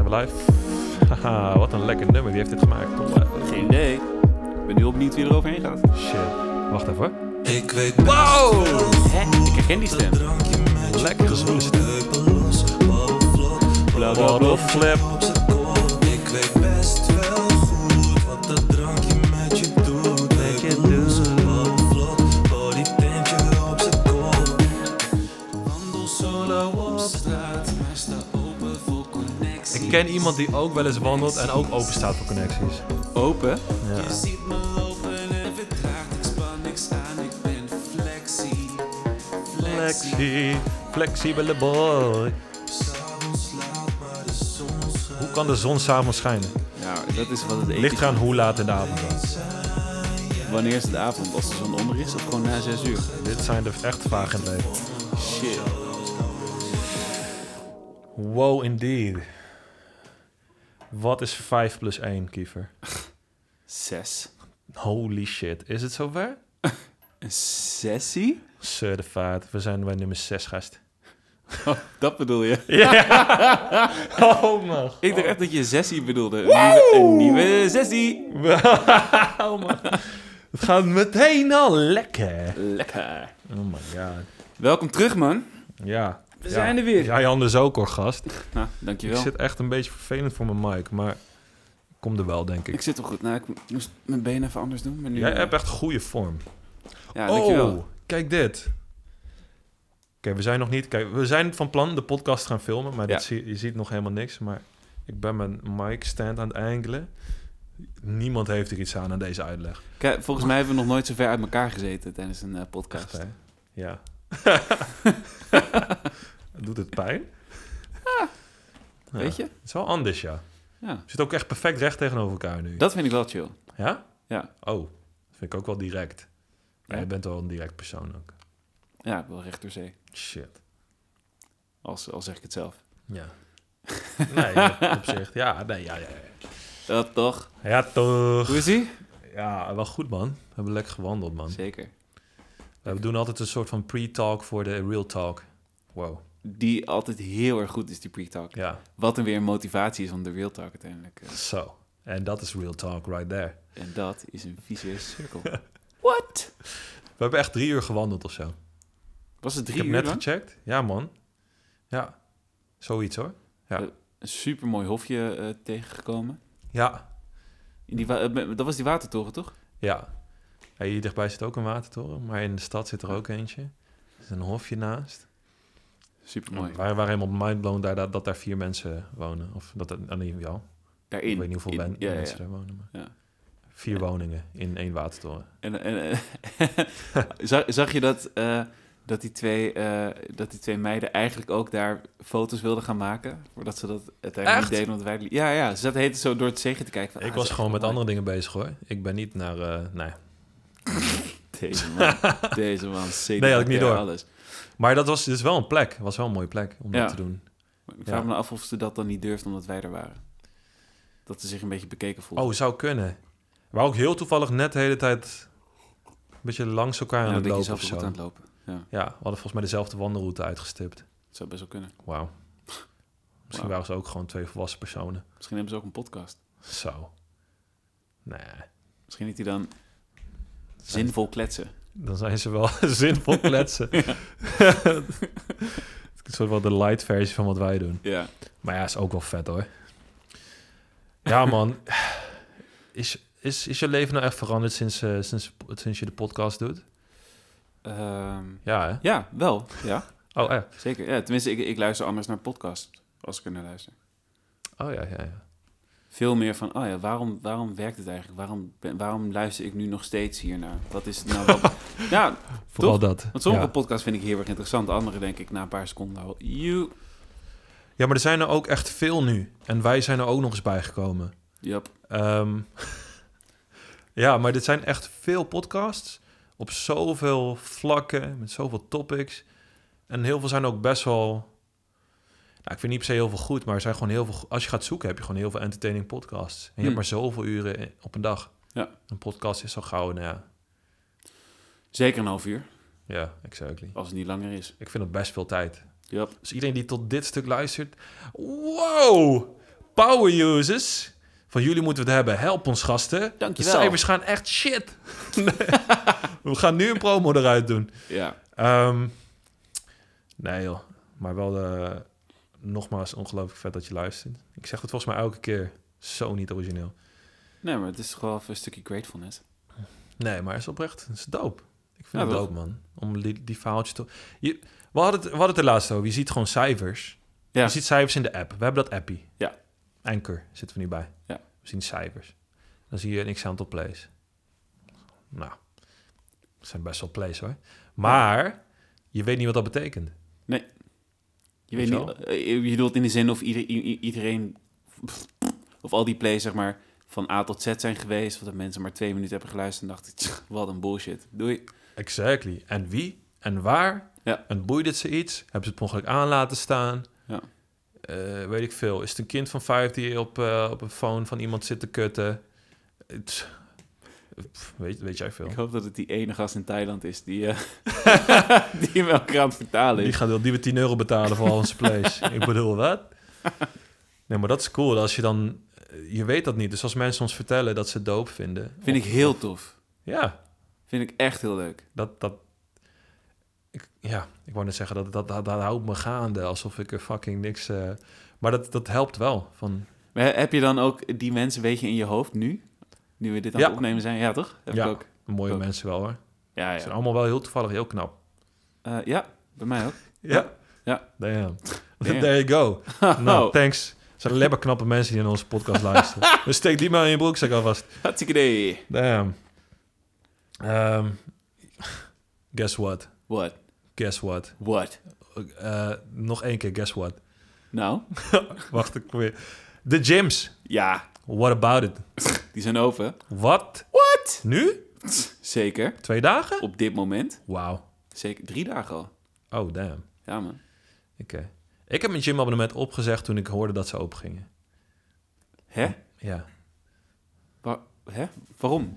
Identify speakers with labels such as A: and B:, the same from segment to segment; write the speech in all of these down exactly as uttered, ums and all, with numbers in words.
A: we live? Haha, wat een lekker nummer. Wie heeft dit gemaakt?
B: Geen idee. Ik ben nu ook benieuwd wie er overheen gaat.
A: Shit. Wacht even hoor.
C: Ik weet
B: Wow! Hè? Ik herken die stem.
A: Lekker zwoele stem.
B: Bla bla bla.
A: Flip.
C: Ik weet best wel goed wat dat drankje met je doet. Make it do. Vlot, bodytentje op z'n kop. Wandel solo op straat, maar sta open voor connectie.
A: Ik ken iemand die ook wel eens wandelt en ook open staat voor connecties.
B: Open?
A: Ja.
C: Je ziet me lopen en vertraagt, ik span niks aan, ik ben flexie.
A: Flexie, flexibele boy.
C: S'avonds laat, maar de zon schijnt.
A: Hoe kan de zon s'avonds schijnen?
B: Ja, dat is wat het eten
A: Ligt eraan hoe laat in de avond dan.
B: Wanneer is het de avond? Als de zon onder is of gewoon na zes uur?
A: Dit zijn de echt vaag in het leven.
B: Shit.
A: Wow, indeed. Wat is vijf plus één, Kiefer?
B: Zes.
A: Holy shit. Is het zover?
B: Een sessie?
A: Certified. We zijn bij nummer zes, gast.
B: Oh, dat bedoel je?
A: Ja. Oh man.
B: Ik dacht echt dat je sessie bedoelde. Een nieuwe, een nieuwe sessie.
A: Oh man. Het gaat meteen al lekker.
B: Lekker.
A: Oh my god.
B: Welkom terug, man.
A: Ja.
B: We
A: Ja.
B: zijn er weer.
A: Jij anders ook hoor, gast.
B: Nou,
A: Ik
B: dankjewel.
A: zit echt een beetje vervelend voor mijn mic, maar ik kom er wel, denk ik.
B: Ik zit wel goed. Nou, ik moest mijn benen even anders doen. Maar nu,
A: Jij
B: uh,
A: hebt echt goede vorm.
B: Ja, dankjewel.
A: Oh, kijk dit. Oké, we zijn nog niet... Kijk, we zijn van plan de podcast te gaan filmen, maar
B: Ja.
A: dit zie, je ziet nog helemaal niks. Maar ik ben mijn mic stand aan het angelen. Niemand heeft er iets aan aan deze uitleg.
B: Kijk, volgens mij hebben we nog nooit zo ver uit elkaar gezeten tijdens een uh, podcast.
A: Echt, hè? Ja. Doet het pijn? Ja.
B: Weet je?
A: Het is wel anders, ja.
B: Ja.
A: We zitten ook echt perfect recht tegenover elkaar nu.
B: Dat vind ik wel chill.
A: Ja?
B: Ja.
A: Oh, dat vind ik ook wel direct. Maar
B: Ja?
A: je bent wel een direct persoon ook.
B: Ja, ik wil recht door zee.
A: Shit.
B: Als, al zeg ik het zelf.
A: Ja. Nee, op zich. Ja, nee, ja, ja. ja.
B: Dat toch?
A: Ja, toch.
B: Hoe is ie?
A: Ja, wel goed, man. We hebben lekker gewandeld, man.
B: Zeker.
A: We doen altijd een soort van pre-talk voor de real talk. Wow.
B: Die altijd heel erg goed is, die pre-talk.
A: Ja,
B: Wat een weer een motivatie is om de real talk uiteindelijk. uh,
A: zo. En dat is real talk right there.
B: En dat is een vicieuze cirkel. What?
A: We hebben echt drie uur gewandeld of zo.
B: Was het
A: Ik
B: drie
A: heb
B: uur
A: net
B: lang?
A: gecheckt. Ja, man. Ja, zoiets hoor. Ja.
B: Een supermooi hofje uh, tegengekomen.
A: Ja,
B: In die wa- uh, dat was die watertoren, toch?
A: ja. Ja, hier dichtbij zit ook een watertoren, maar in de stad zit er ook eentje. Er is een hofje naast.
B: Supermooi.
A: We waren waren helemaal mindblown daar, dat, dat daar vier mensen wonen. Of dat er, ah, nee, ja.
B: Daarin.
A: Ik weet niet hoeveel
B: In-
A: wen-
B: ja, ja,
A: mensen
B: ja.
A: daar wonen. Maar
B: Ja.
A: vier woningen in één watertoren.
B: En, en, eh, zag, zag je dat, uh, dat, die twee, uh, dat die twee meiden eigenlijk ook daar foto's wilden gaan maken? Voordat ze dat uiteindelijk
A: Echt?
B: niet deden. Want wij, ja, ja, ze zaten heet zo door het zegen te kijken. Van,
A: Ik
B: ah,
A: was
B: dat is
A: gewoon
B: echt
A: met
B: mooi.
A: andere dingen bezig hoor. Ik ben niet naar... uh, nee.
B: Deze man, deze man.
A: Nee, had ik niet door.
B: Alles.
A: Maar dat was dus wel een plek. Het was wel een mooie plek om
B: Ja.
A: dat te doen.
B: Maar ik vraag
A: Ja.
B: me af of ze dat dan niet durfde omdat wij er waren. Dat ze zich een beetje bekeken voelde.
A: Oh, zou kunnen. We waren ook heel toevallig net de hele tijd... een beetje langs elkaar
B: ja,
A: aan
B: dan
A: het
B: ben je
A: lopen
B: zelf
A: of
B: goed
A: zo.
B: aan het lopen. Ja,
A: Ja, we hadden volgens mij dezelfde wandelroute uitgestipt.
B: dat zou best wel kunnen.
A: Wauw. Misschien
B: Wauw.
A: waren ze ook gewoon twee volwassen personen.
B: Misschien hebben ze ook een podcast.
A: Zo. Nee.
B: Misschien niet die dan zinvol kletsen.
A: Dan zijn ze wel zinvol kletsen. Het is soort wel de light versie van wat wij doen.
B: Ja.
A: Maar ja, is ook wel vet hoor. Ja man. Is, is, is je leven nou echt veranderd sinds, uh, sinds, sinds je de podcast doet?
B: Ehm,
A: Ja hè?
B: ja, wel. Ja,
A: Oh eh.
B: zeker. Ja, tenminste, ik, ik luister anders naar podcast als ik er naar luister.
A: Oh ja, ja, ja.
B: Veel meer van, oh ja, waarom, waarom werkt het eigenlijk? Waarom, ben, waarom luister ik nu nog steeds hiernaar? Wat is het nou? Wat... ja,
A: Vooral
B: toch?
A: dat.
B: Want sommige
A: Ja.
B: podcasts vind ik heel erg interessant. Andere denk ik na een paar seconden al, you.
A: Ja, maar er zijn er ook echt veel nu. En wij zijn er ook nog eens bijgekomen.
B: Yep.
A: Um, ja, maar dit zijn echt veel podcasts op zoveel vlakken, met zoveel topics. En heel veel zijn ook best wel... Nou, ik vind niet per se heel veel goed, maar er zijn gewoon heel veel... Als je gaat zoeken, heb je gewoon heel veel entertaining podcasts. En je
B: Hmm.
A: hebt maar zoveel uren in- op een dag.
B: Ja.
A: Een podcast is zo gauw, nou ja.
B: Zeker een half uur,
A: Ja, exactly.
B: als het niet langer is.
A: Ik vind dat best veel tijd.
B: Yep.
A: Dus iedereen die tot dit stuk luistert... Wow! Power users. Van jullie moeten we het hebben. Help ons, gasten.
B: Dankjewel.
A: De cijfers gaan echt shit. Nee. We gaan nu een promo eruit doen.
B: Ja.
A: Um, nee joh. Maar wel uh, nogmaals ongelooflijk vet dat je luistert. Ik zeg het volgens mij elke keer. Zo niet origineel.
B: Nee, maar het is gewoon even een stukje gratefulness.
A: Nee, maar het is oprecht. Het is dope. Ik vind
B: Ja,
A: het
B: toch?
A: dope, man. Om die, die verhaaltjes te... Je, we, hadden het, we hadden het er laatst over. Je ziet gewoon cijfers.
B: Ja.
A: Je ziet cijfers in de app. We hebben dat appie.
B: Ja.
A: Anchor zitten we nu bij.
B: Ja.
A: We zien cijfers. Dan zie je een x-aantal plays. Nou, dat zijn best wel plays hoor. Maar je weet niet wat dat betekent.
B: Je weet
A: Weet je
B: niet, eh, je bedoelt in de zin of ieder, i- iedereen, of al die plays zeg maar van A tot Z zijn geweest, of dat mensen maar twee minuten hebben geluisterd en dachten, "Tch, wat een bullshit, doei."
A: Exactly. En wie en waar?
B: Ja.
A: En boeide het ze iets? Hebben ze het per ongeluk aan laten staan?
B: Ja.
A: Eh, weet ik veel. Is het een kind van vijf die op, uh, op een phone van iemand zit te kutten? Het, pff, weet, weet jij veel.
B: Ik hoop dat het die ene gast in Thailand is die, uh, die hem elke keer aan het vertalen
A: Die
B: is.
A: gaan die we tien euro betalen voor al onze plays. Ik bedoel, wat? Nee, maar dat is cool. Als je dan... Je weet dat niet. Dus als mensen ons vertellen dat ze het dope vinden...
B: Vind ik heel tof.
A: Ja,
B: Vind ik echt heel leuk.
A: dat... dat ik, ja, ik wou net zeggen, dat, dat, dat, dat houdt me gaande. Alsof ik er fucking niks... Uh, maar dat, dat helpt wel. Van,
B: Maar he- heb je dan ook die mensen, weet je, in je hoofd nu? Nu we dit aan
A: Ja.
B: het opnemen zijn? Ja, toch? Heb
A: Ja.
B: ik ook.
A: mooie
B: Ook.
A: mensen wel, hoor.
B: Ja,
A: Ze zijn
B: ja.
A: allemaal wel heel toevallig, heel knap.
B: Uh, ja, bij mij ook.
A: Ja.
B: Ja.
A: Damn.
B: Damn.
A: There you go. Nou,
B: Oh,
A: thanks. Er zijn alleen maar knappe mensen die naar onze podcast luisteren. Dus steek die maar in je broekzak alvast.
B: hartstikke idee.
A: Damn. Um, guess what?
B: What?
A: Guess what?
B: What?
A: Uh, nog één keer, guess what?
B: Nou?
A: Wacht, ik weer. De gyms.
B: Ja,
A: What about it?
B: die zijn open.
A: Wat?
B: What?
A: Nu?
B: Zeker.
A: Twee dagen?
B: Op dit moment.
A: Wauw.
B: Zeker drie dagen al.
A: Oh, damn.
B: Ja, man.
A: Oké. Ik heb mijn gymabonnement opgezegd toen ik hoorde dat ze open gingen.
B: Hè?
A: Ja.
B: Wa- Hè? Waarom?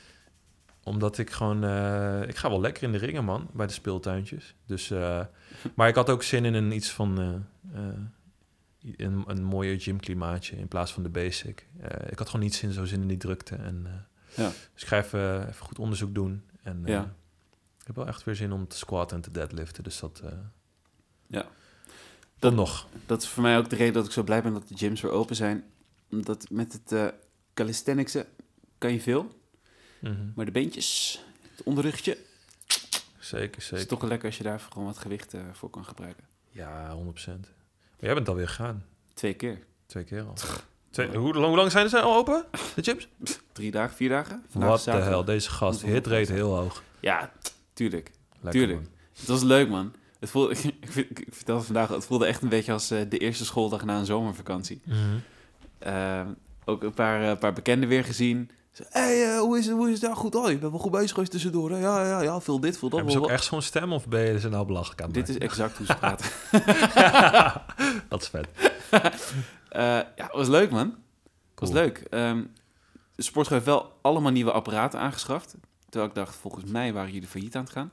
A: Omdat ik gewoon... Uh, ik ga wel lekker in de ringen, man. Bij de speeltuintjes. Dus... Uh, maar ik had ook zin in een iets van... Uh, uh, een, een mooier gymklimaatje in plaats van de basic. Uh, ik had gewoon niet zin, zo zin in die drukte. En, uh,
B: Ja.
A: Dus ik ga even, even goed onderzoek doen. En uh,
B: Ja.
A: ik heb wel echt weer zin om te squatten en te deadliften. Dus dat... Uh,
B: Ja.
A: Dan nog.
B: Dat is voor mij ook de reden dat ik zo blij ben dat de gyms weer open zijn. Omdat met het uh, calisthenicsen kan je veel.
A: Mm-hmm.
B: Maar de beentjes, het onderrugje,
A: Zeker,
B: is
A: zeker.
B: toch wel lekker als je daar gewoon wat gewicht uh, voor kan gebruiken.
A: Ja, honderd procent. Maar jij bent alweer gegaan.
B: Twee keer.
A: Twee keer al. Twee, hoe, lang, hoe lang zijn ze al open, de gyms?
B: Drie dagen, vier dagen. Vandaag
A: Wat
B: is
A: de
B: zaterdag.
A: hel, deze gast.
B: Hoeveel
A: Hit rate
B: vijftig?
A: heel hoog.
B: Ja, tuurlijk.
A: Lekker,
B: Tuurlijk.
A: man.
B: Het was leuk, man. Het voelde, ik, ik, ik vertelde vandaag, het voelde echt een beetje als uh, de eerste schooldag na een zomervakantie.
A: Mm-hmm.
B: Uh, ook een paar, uh, paar bekenden weer gezien. Hé, hey, uh, hoe is het? Hoe is het? Ja, goed. Oh, je bent wel goed bezig geweest tussendoor. Hè? Ja, ja, ja, veel dit, veel dat.
A: Hebben ze ook
B: wel-
A: echt zo'n stem of ben je ze nou belachelijk aan het
B: Dit is exact hoe ze praten.
A: maken? Dat is vet.
B: uh, ja, het was leuk, man. Het was
A: Cool.
B: leuk. Um, de sportschool heeft wel allemaal nieuwe apparaten aangeschaft. Terwijl ik dacht, volgens mij waren jullie failliet aan het gaan.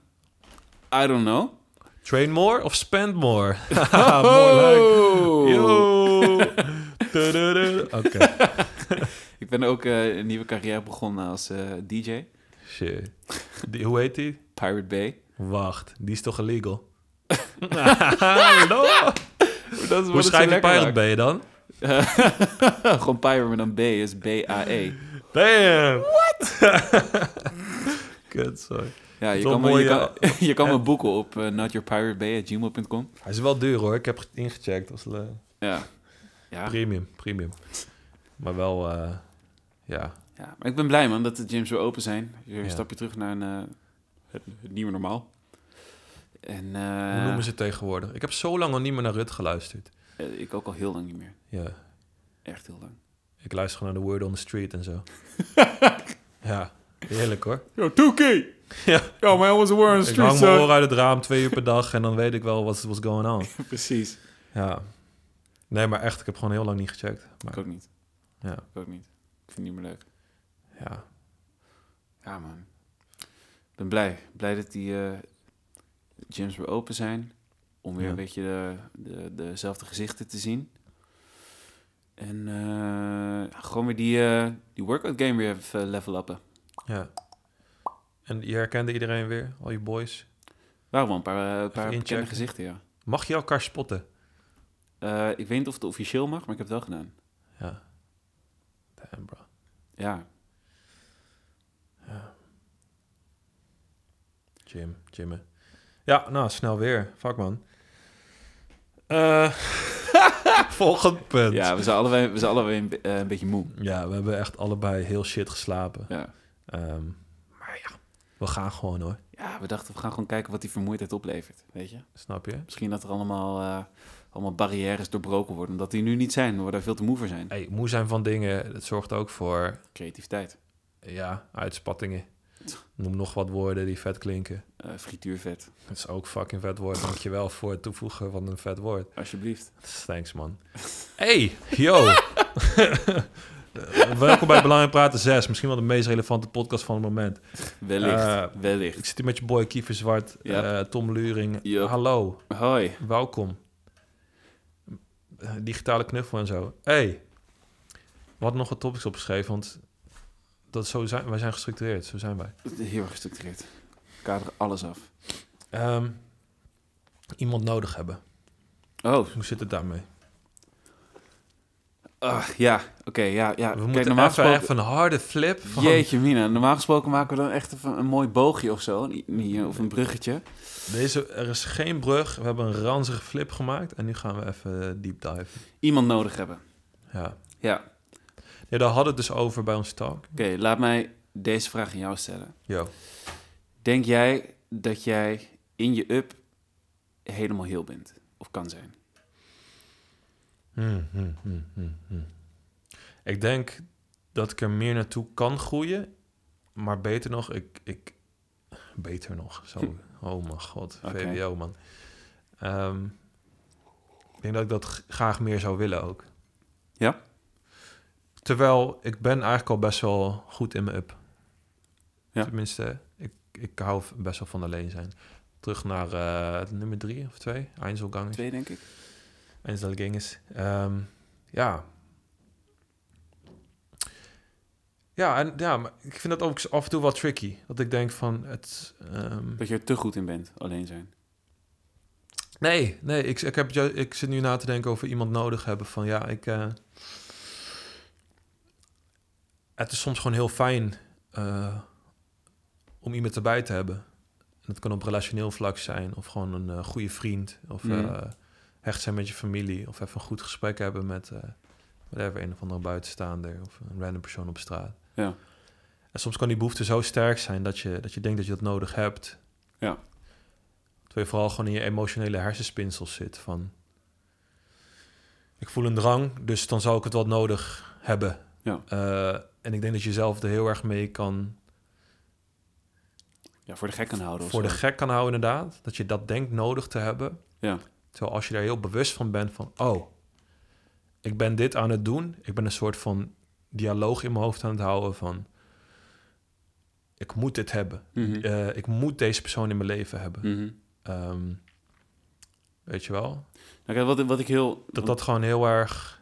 B: I don't know.
A: Train more of spend more? Haha, mooi leuk.
B: Oh!
A: Yo! Tududu. Oké.
B: Ik ben ook uh, een nieuwe carrière begonnen als uh, D J.
A: Shit. Die, hoe heet die?
B: Pirate Bay.
A: Wacht, die is toch illegal? Hallo?
B: Dat is
A: Hoe schrijf je Pirate Bay dan?
B: Gewoon Pirate met een B is B A E.
A: Damn! What? Kut, sorry.
B: Ja, je
A: Zo'n
B: kan, me, je
A: mooie-
B: kan, je kan me boeken op uh, notyourpiratebay at gmail dot com.
A: Hij is wel duur hoor, ik heb ingecheckt. Dat is uh,
B: Ja. Ja.
A: premium, premium. Maar wel, uh, ja.
B: ja, maar ik ben blij man dat de gyms weer open zijn. Weer een
A: Ja.
B: stapje terug naar een, uh, het, het nieuwe normaal. En, uh,
A: Hoe noemen ze het tegenwoordig? Ik heb zo lang al niet meer naar Rut geluisterd.
B: uh, ik ook al heel lang niet meer.
A: Ja,
B: Echt heel lang.
A: ik luister gewoon naar The Word on the Street en zo. Ja, heerlijk hoor.
B: Yo, two K!
A: Ja.
B: Yo, man, was a war on the
A: Ik
B: street,
A: hang mijn
B: son.
A: oren uit het raam twee uur per dag en dan weet ik wel what's, what's going on.
B: Precies.
A: Ja. Nee, maar echt, ik heb gewoon heel lang niet gecheckt. Maar,
B: Ik ook niet.
A: ja,
B: Ik ook niet. Ik vind het niet meer leuk.
A: ja.
B: Ja, man. Ik ben blij. Blij dat die uh, gyms weer open zijn. Om weer
A: Ja.
B: een beetje de, de, dezelfde gezichten te zien. En uh, gewoon weer die, uh, die workout game weer even level uppen.
A: Ja. En je herkende iedereen weer? Al je boys?
B: Waren wel een paar, uh, paar bekende
A: inchecken.
B: gezichten, ja.
A: Mag je elkaar spotten?
B: Uh, ik weet niet of het officieel mag, maar ik heb het wel gedaan.
A: Ja. Damn, bro.
B: Ja.
A: Ja. Gym, gymmen. Ja, nou, snel weer. Fuck, man. Uh, volgend punt.
B: Ja, we zijn allebei, we zijn allebei een, uh, een beetje moe.
A: Ja, we hebben echt allebei heel shit geslapen.
B: Ja.
A: Um, maar ja, we gaan gewoon, hoor.
B: Ja, we dachten, we gaan gewoon kijken wat die vermoeidheid oplevert, weet je?
A: Snap je?
B: Misschien dat er allemaal, uh, allemaal barrières doorbroken worden, omdat die nu niet zijn, waar we daar veel te moe voor zijn.
A: Hey, moe zijn van dingen, dat zorgt ook voor...
B: Creativiteit.
A: Ja, uitspattingen. Noem nog wat woorden die vet klinken.
B: Uh, frituurvet.
A: Dat is ook fucking vet woord. Dankjewel voor het toevoegen van een vet woord.
B: Alsjeblieft.
A: Thanks, man. Hey, yo. Welkom bij Belangrijk Praten zes. Misschien wel de meest relevante podcast van het moment.
B: Wellicht,
A: uh,
B: wellicht.
A: Ik zit hier met je boy Kiefer Zwart,
B: Yep.
A: uh, Tom Luring.
B: Yep.
A: Hallo.
B: Hoi.
A: Welkom. Uh, digitale knuffel en zo. Hey. We hadden nog wat topics opgeschreven, want dat zo zijn, wij zijn gestructureerd. Zo zijn wij.
B: Heel erg gestructureerd. Kader alles af.
A: Um, iemand nodig hebben.
B: Oh.
A: Hoe zit het daarmee?
B: Uh, ja, oké, okay, ja, ja.
A: We
B: Kijk,
A: moeten
B: normaal
A: even,
B: gesproken...
A: even een harde flip. Van...
B: Jeetje mina, normaal gesproken maken we dan echt even een mooi boogje of zo. Hier, of een bruggetje.
A: Deze, er is geen brug. We hebben een ranzige flip gemaakt. En nu gaan we even deep dive.
B: Iemand nodig hebben.
A: Ja.
B: Ja.
A: Ja, daar hadden we het dus over bij ons talk.
B: Oké, okay, laat mij deze vraag aan jou stellen.
A: Yo.
B: Denk jij dat jij in je up helemaal heel bent? Of kan zijn?
A: Hmm, hmm, hmm, hmm, hmm. Ik denk dat ik er meer naartoe kan groeien. Maar beter nog, ik... ik beter nog, zo. Hm. Oh mijn god, okay. V W O, man. Um, ik denk dat ik dat g- graag meer zou willen ook.
B: Ja?
A: Terwijl, ik ben eigenlijk al best wel goed in mijn up.
B: Ja.
A: Tenminste, ik, ik hou best wel van alleen zijn. Terug naar uh, nummer drie of twee. Einzelgang.
B: Twee, denk ik.
A: Einzelganges. Um, ja. Ja, en ja, maar ik vind dat ook af en toe wel tricky. Dat ik denk van het... Um...
B: Dat je er te goed in bent, alleen zijn.
A: Nee, nee. Ik, ik, heb, ik zit nu na te denken over iemand nodig hebben van ja, ik... Uh... Het is soms gewoon heel fijn uh, om iemand erbij te hebben. En dat kan op relationeel vlak zijn. Of gewoon een uh, goede vriend. Of mm. uh, hecht zijn met je familie. Of even een goed gesprek hebben met... Uh, whatever, een of andere buitenstaander. Of een random persoon op straat.
B: Ja.
A: En soms kan die behoefte zo sterk zijn dat je, dat je denkt dat je dat nodig hebt.
B: Ja.
A: Terwijl je vooral gewoon in je emotionele hersenspinsel zit van... Ik voel een drang, dus dan zou ik het wel nodig hebben.
B: Ja.
A: Uh, en ik denk dat je zelf er heel erg mee kan...
B: Ja, voor de gek kan houden.
A: Voor
B: zo.
A: de gek kan houden, inderdaad. Dat je dat denkt nodig te hebben.
B: Ja.
A: Terwijl als je daar heel bewust van bent van... Oh, ik ben dit aan het doen. Ik ben een soort van dialoog in mijn hoofd aan het houden van... Ik moet dit hebben.
B: Mm-hmm.
A: Uh, ik moet deze persoon in mijn leven hebben.
B: Mm-hmm.
A: Um, weet je wel?
B: Nou, kijk, wat, wat ik heel...
A: Dat dat gewoon heel erg...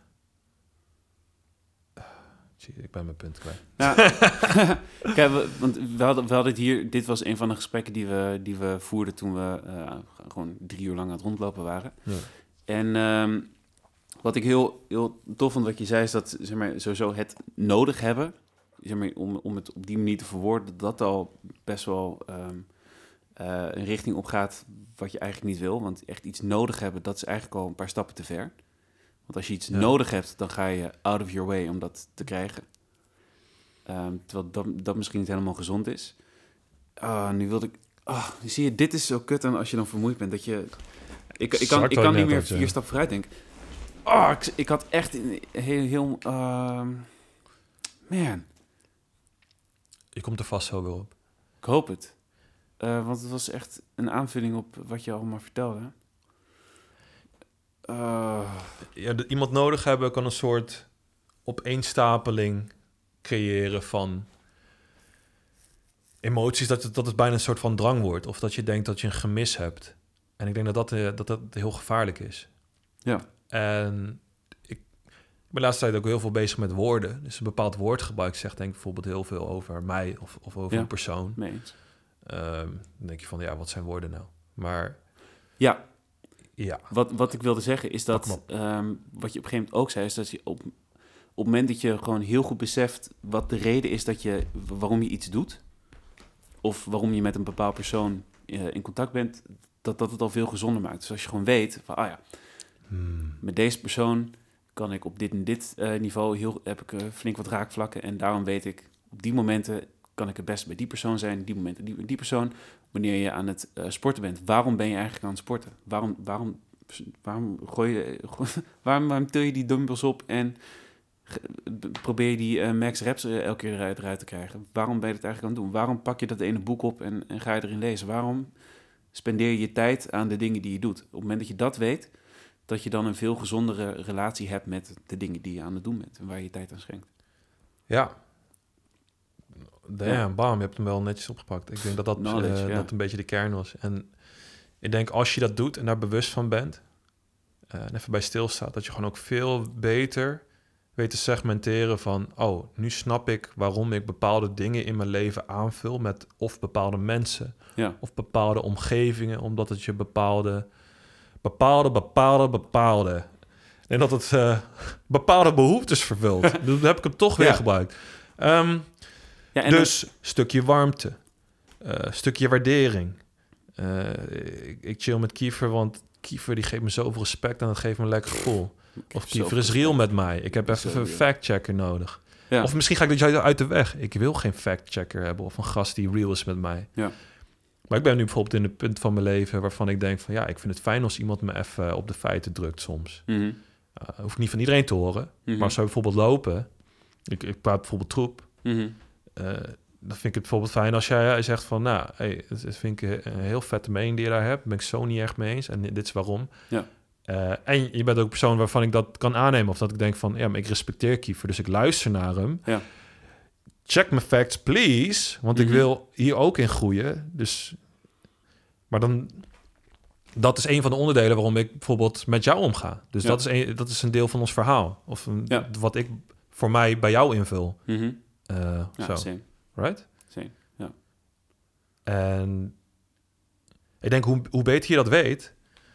A: Zie, ik ben mijn punt kwijt.
B: Nou, kijk, we, want we hadden, we hadden het hier... Dit was een van de gesprekken die we, die we voerden toen we uh, gewoon drie uur lang aan het rondlopen waren.
A: Ja.
B: En um, wat ik heel, heel tof vond wat je zei, is dat zeg maar, sowieso het nodig hebben... Zeg maar, om, om het op die manier te verwoorden, dat dat al best wel um, uh, een richting op gaat wat je eigenlijk niet wil. Want echt iets nodig hebben, dat is eigenlijk al een paar stappen te ver. Want als je iets ja. nodig hebt, dan ga je out of your way om dat te krijgen. Um, terwijl dat, dat misschien niet helemaal gezond is. Uh, nu wilde ik... Oh, zie je, dit is zo kut dan als je dan vermoeid bent. Dat je... Ik, ik kan, ik kan niet meer vier ja. stappen vooruit denken. Oh, ik, ik had echt een heel... heel uh, man...
A: Je komt er vast zo weer op.
B: Ik hoop het. Uh, want het was echt een aanvulling op wat je allemaal vertelde. Uh...
A: Ja, de, iemand nodig hebben kan een soort opeenstapeling creëren van emoties. Dat het, dat het bijna een soort van drang wordt. Of dat je denkt dat je een gemis hebt. En ik denk dat dat, uh, dat, dat heel gevaarlijk is.
B: Ja.
A: En ik ben de laatste tijd ook heel veel bezig met woorden. Dus een bepaald woordgebruik zegt denk ik bijvoorbeeld heel veel over mij of, of over
B: Ja.
A: een persoon.
B: Mee eens.
A: Um, dan denk je van, ja, wat zijn woorden nou? Maar
B: Ja,
A: ja,
B: wat, wat ik wilde zeggen is
A: Pak
B: dat,
A: hem
B: ehm, wat je op een gegeven moment ook zei, is dat je op, op het moment dat je gewoon heel goed beseft wat de reden is dat je, waarom je iets doet, of waarom je met een bepaald persoon uh, in contact bent, dat dat het al veel gezonder maakt. Dus als je gewoon weet van, ah ja,
A: hmm.
B: met deze persoon kan ik op dit en dit uh, niveau, heel, heb ik uh, flink wat raakvlakken en daarom weet ik, op die momenten kan ik het best bij die persoon zijn, die momenten die, die persoon. Wanneer je aan het uh, sporten bent, waarom ben je eigenlijk aan het sporten? Waarom, waarom, waarom, gooi je, gooi, waarom, waarom til je die dumbbells op en ge, probeer je die uh, max reps uh, elke keer eruit, eruit te krijgen? Waarom ben je dat eigenlijk aan het doen? Waarom pak je dat ene boek op en, en ga je erin lezen? Waarom spendeer je je tijd aan de dingen die je doet? Op het moment dat je dat weet, dat je dan een veel gezondere relatie hebt met de dingen die je aan het doen bent en waar je je tijd aan schenkt.
A: Ja. Damn,
B: Ja.
A: bam, je hebt hem wel netjes opgepakt. Ik denk dat dat,
B: Knowledge,
A: uh,
B: ja.
A: dat een beetje de kern was. En ik denk als je dat doet en daar bewust van bent, uh, en even bij stilstaat, dat je gewoon ook veel beter weet te segmenteren van, oh, nu snap ik waarom ik bepaalde dingen in mijn leven aanvul met of bepaalde mensen
B: Ja,
A: of bepaalde omgevingen, omdat het je bepaalde, bepaalde, bepaalde, bepaalde... En dat het uh, bepaalde behoeftes vervult. Dan heb ik hem toch weer
B: Ja.
A: gebruikt. Um,
B: ja en
A: dus stukje warmte, uh, stukje waardering. Uh, ik, ik chill met Kiefer, want Kiefer die geeft me zoveel respect en dat geeft me een lekker gevoel. Of Kiefer is real met mij. Ik heb even
B: Zo
A: een
B: real.
A: fact-checker nodig.
B: Ja.
A: Of misschien ga ik dat uit de weg. Ik wil geen fact-checker hebben of een gast die real is met mij.
B: Ja.
A: Maar ik ben nu bijvoorbeeld in een punt van mijn leven waarvan ik denk van ja, ik vind het fijn als iemand me even op de feiten drukt soms.
B: Mhm.
A: Uh, hoef ik niet van iedereen te horen.
B: Mhm.
A: Maar als we bijvoorbeeld lopen, ik, ik praat bijvoorbeeld troep,
B: Mhm.
A: uh, dan vind ik het bijvoorbeeld fijn als jij zegt van nou, hey, dat vind ik een heel vette mening die je daar hebt. Daar ben ik zo niet echt mee eens en dit is waarom.
B: Ja.
A: Uh, en je bent ook een persoon waarvan ik dat kan aannemen. Of dat ik denk van, ja, maar ik respecteer Kiefer, dus ik luister naar hem.
B: Ja.
A: Check my facts, please. Want
B: Mhm.
A: ik wil hier ook in groeien. Dus, maar dan, dat is een van de onderdelen waarom ik bijvoorbeeld met jou omga. Dus
B: Ja.
A: dat, is een, dat is een deel van ons verhaal. Of een,
B: Ja.
A: wat ik voor mij bij jou invul.
B: Mhm.
A: Uh,
B: Ja,
A: zo,
B: same.
A: right?
B: Same, ja.
A: En ik denk, hoe, hoe beter je dat weet,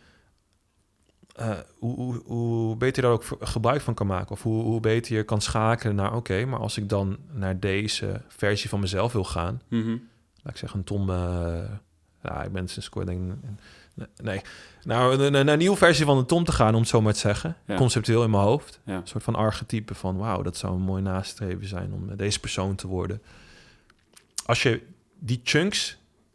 A: uh, hoe, hoe, hoe beter je daar ook v- gebruik van kan maken. Of hoe, hoe beter je kan schakelen naar, oké, okay, maar als ik dan naar deze versie van mezelf wil gaan,
B: Mhm.
A: laat ik zeggen, een Tom, uh, ja, ik ben sinds kort denk nee, nou, naar een, een nieuwe versie van een Tom te gaan, om het zo maar te zeggen,
B: Ja.
A: conceptueel in mijn hoofd.
B: Ja.
A: Een soort van archetype van, wauw, dat zou een mooi nastreven zijn om deze persoon te worden. Als je die chunks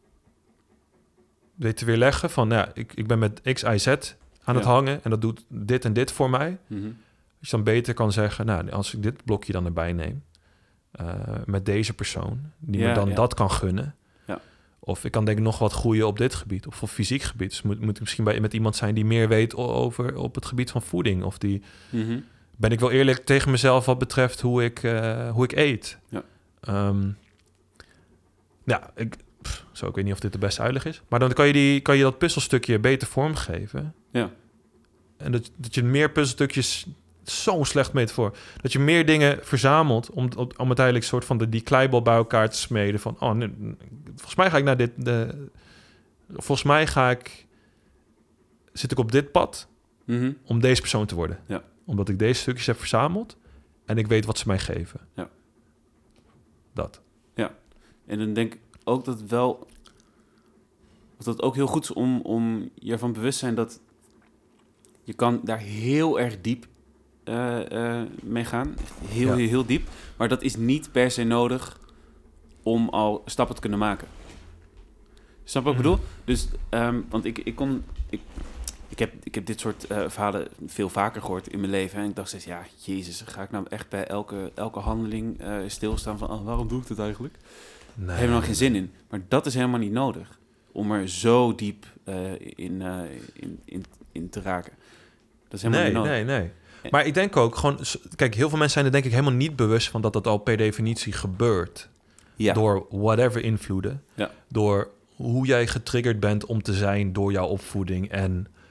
A: weet te weerleggen van, ja, ik, ik ben met X, Y, Z aan het
B: Ja.
A: hangen en dat doet dit en dit voor mij.
B: Mhm.
A: Dus je dan beter kan zeggen, nou, als ik dit blokje dan erbij neem, uh, met deze persoon, die
B: Ja,
A: me dan
B: ja.
A: dat kan gunnen.
B: Ja.
A: Of ik kan denk ik nog wat groeien op dit gebied, of op fysiek gebied. Dus moet, moet ik misschien bij, met iemand zijn die meer weet o- over op het gebied van voeding. Of die,
B: Mhm.
A: ben ik wel eerlijk tegen mezelf wat betreft hoe ik, uh, hoe ik eet.
B: Ja.
A: Um, ja, ik, pff, zo, ik weet niet of dit de beste uitleg is. Maar dan kan je, die, kan je dat puzzelstukje beter vormgeven.
B: Ja.
A: En dat, dat je meer puzzelstukjes, zo'n slecht metafoor, dat je meer dingen verzamelt om, om, om uiteindelijk soort van de, die kleibal bij elkaar te smeden. Van, oh, nu, volgens mij ga ik naar dit, de, volgens mij ga ik, zit ik op dit pad
B: Mhm.
A: om deze persoon te worden.
B: Ja.
A: Omdat ik deze stukjes heb verzameld en ik weet wat ze mij geven.
B: Ja.
A: Dat.
B: En dan denk ik ook dat het wel... Dat het ook heel goed is om, om je ervan bewust te zijn dat... Je kan daar heel erg diep uh, uh, mee gaan. Echt heel,
A: Ja.
B: heel, heel diep. Maar dat is niet per se nodig om al stappen te kunnen maken. Snap je wat ik
A: Mhm.
B: bedoel? Dus, um, want ik, ik kon... Ik, ik, heb, ik heb dit soort uh, verhalen veel vaker gehoord in mijn leven. En ik dacht steeds, ja, jezus, ga ik nou echt bij elke, elke handeling uh, stilstaan van... Oh, waarom doe ik dit eigenlijk?
A: Nee.
B: Daar hebben we geen zin in. Maar dat is helemaal niet nodig. Om er zo diep uh, in, uh, in, in, in te raken. Dat is helemaal
A: Nee,
B: niet nodig.
A: nee, nee. Maar ik denk ook gewoon... Kijk, heel veel mensen zijn er denk ik helemaal niet bewust van dat dat al per definitie gebeurt.
B: Ja.
A: Door whatever invloeden.
B: Ja.
A: Door hoe jij getriggerd bent om te zijn door jouw opvoeding. En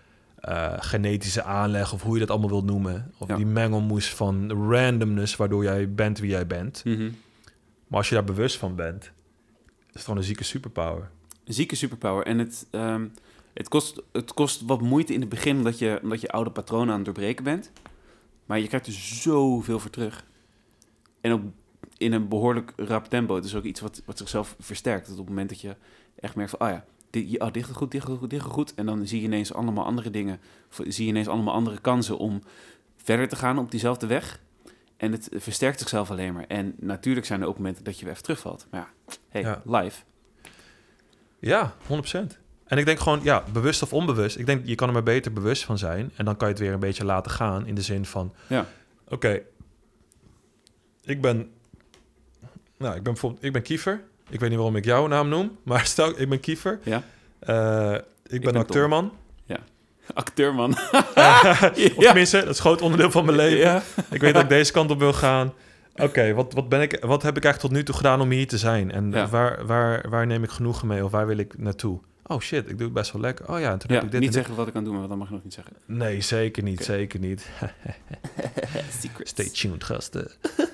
A: uh, genetische aanleg... of hoe je dat allemaal wilt noemen. Of
B: Ja.
A: die mengelmoes van randomness... waardoor jij bent wie jij bent.
B: Mm-hmm.
A: Maar als je daar bewust van bent... is het gewoon een zieke superpower.
B: Een zieke superpower. En het, um, het, kost, het kost wat moeite in het begin... omdat je, omdat je oude patronen aan het doorbreken bent. Maar je krijgt er zoveel voor terug. En ook in een behoorlijk rap tempo. Het is ook iets wat, wat zichzelf versterkt. Dat op het moment dat je echt merkt van... oh ja, dit, oh, dit gaat goed, dit gaat goed, dit gaat goed. En dan zie je ineens allemaal andere dingen. Of zie je ineens allemaal andere kansen om verder te gaan op diezelfde weg. En het versterkt zichzelf alleen maar. En natuurlijk zijn er ook momenten dat je weer even terugvalt. Maar ja, hey,
A: Ja.
B: live.
A: Ja, honderd procent. En ik denk gewoon, ja, bewust of onbewust. Ik denk, je kan er maar beter bewust van zijn. En dan kan je het weer een beetje laten gaan. In de zin van,
B: Ja.
A: oké, okay, ik ben... Nou, ik ben bijvoorbeeld, ik ben Kiefer. Ik weet niet waarom ik jouw naam noem. Maar stel, ik ben Kiefer.
B: Ja.
A: Uh, ik ben
B: ben
A: acteurman.
B: Ja. Acteurman.
A: uh, of tenminste, dat is een groot onderdeel van mijn leven.
B: Ja.
A: Ik weet dat ik deze kant op wil gaan. Oké, okay, wat, wat, ben ik, wat heb ik eigenlijk tot nu toe gedaan om hier te zijn? En
B: Ja.
A: waar, waar, waar neem ik genoegen mee? Of waar wil ik naartoe? Oh shit, ik doe het best wel lekker. Oh ja, en toen
B: Ja,
A: heb ik dit
B: niet
A: en
B: zeggen wat ik kan doen, maar dat mag je nog niet zeggen.
A: dit. Nee, zeker niet,
B: Okay.
A: zeker niet.
B: Secrets.
A: Stay tuned, gasten.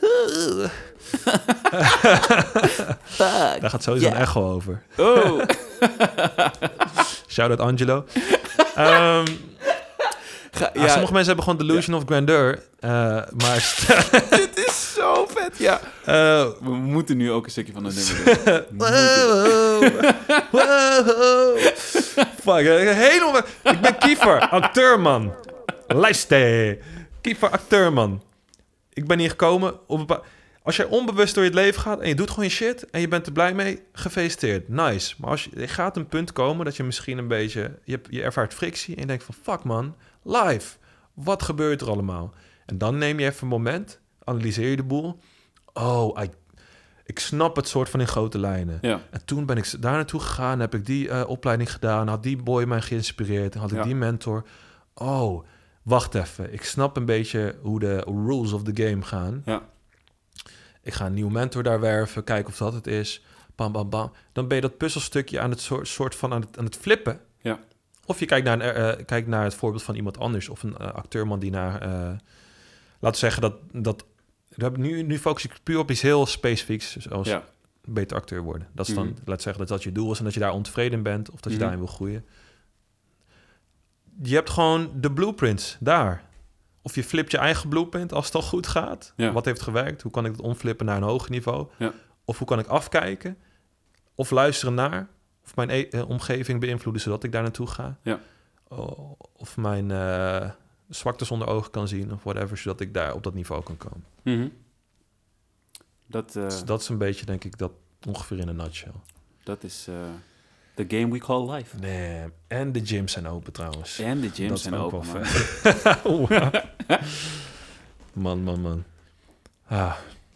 A: Daar gaat sowieso
B: Yeah.
A: een echo over.
B: Oh.
A: Shout-out Angelo. um,
B: Ga,
A: ja. ah, sommige mensen hebben gewoon delusion ja. of grandeur. Uh, maar...
B: Dit is zo vet, ja.
A: Uh,
B: We moeten nu ook een stukje van de nummer doen.
A: wow, wow. Fuck, helemaal... Ik ben Kiefer, acteurman. Luister. Kiefer, acteurman. Ik ben hier gekomen op een paar... Als jij onbewust door je leven gaat en je doet gewoon je shit en je bent er blij mee, gefeliciteerd. Nice. Maar als je, er gaat een punt komen dat je misschien een beetje... Je, hebt, je ervaart frictie en je denkt van fuck man, live. Wat gebeurt er allemaal? En dan neem je even een moment, analyseer je de boel. Oh, I, ik snap het soort van in grote lijnen.
B: Ja.
A: En toen ben ik daar naartoe gegaan, heb ik die uh, opleiding gedaan, had die boy mij geïnspireerd, had ik
B: Ja.
A: die mentor. Oh, wacht even. Ik snap een beetje hoe de rules of the game gaan.
B: Ja.
A: Ik ga een nieuwe mentor daar werven, kijken of dat het is. Bam, bam, bam. Dan ben je dat puzzelstukje aan het soort, soort van aan het, aan het flippen.
B: Ja.
A: Of je kijkt naar, een, uh, kijkt naar het voorbeeld van iemand anders. Of een uh, acteurman die naar... Uh, laten we zeggen dat... dat we hebben nu, nu focus ik puur op iets heel specifieks. Zoals
B: Ja.
A: beter acteur worden. Dat is dan,
B: Mm-hmm.
A: laat zeggen dat dat je doel is en dat je daar ontevreden in bent. Of dat je
B: Mm-hmm.
A: daarin wil groeien. Je hebt gewoon de blueprints daar. Of je flipt je eigen blueprint als het al goed gaat.
B: Ja.
A: Wat heeft gewerkt? Hoe kan ik het omflippen naar een hoger niveau?
B: Ja.
A: Of hoe kan ik afkijken? Of luisteren naar? Of mijn e- uh, omgeving beïnvloeden zodat ik daar naartoe ga?
B: Ja.
A: O- of mijn uh, zwaktes onder ogen kan zien of whatever, zodat ik daar op dat niveau kan komen.
B: Mm-hmm. Dat, uh,
A: dus dat is een beetje, denk ik, dat ongeveer in een nutshell.
B: dat is uh, the game we call life.
A: Nee, en de gyms zijn open trouwens.
B: En de gyms
A: dat
B: zijn
A: is ook
B: open,
A: wel
B: man.
A: vet. Wow. Man, man, man. Ah.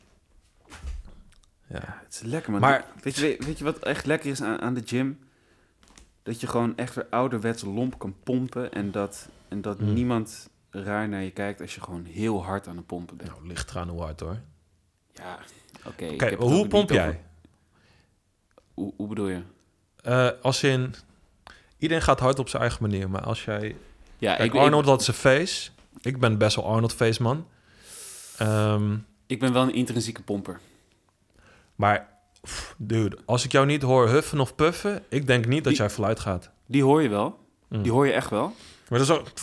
A: Ja.
B: Het is lekker, man.
A: Maar-
B: weet, je, weet je wat echt lekker is aan, aan de gym? Dat je gewoon echt weer ouderwets lomp kan pompen en dat, en dat
A: Hmm.
B: niemand raar naar je kijkt als je gewoon heel hard aan het pompen bent.
A: Nou, ligt eraan hoe hard hoor.
B: Ja, oké.
A: Oké, okay, hoe pomp jij?
B: Hoe, hoe bedoel je?
A: Uh, als in... Iedereen gaat hard op zijn eigen manier, maar als jij...
B: Ja,
A: Kijk,
B: ik,
A: Arnold
B: ik,
A: had zijn face. Ik ben best wel Arnold-face, man. Um,
B: ik ben wel een intrinsieke pomper.
A: maar, pff, dude, als ik jou niet hoor huffen of puffen... ik denk niet dat
B: Die-
A: jij voluit gaat.
B: Die hoor je wel.
A: Mm.
B: Die hoor je echt wel.
A: Maar dat is zo...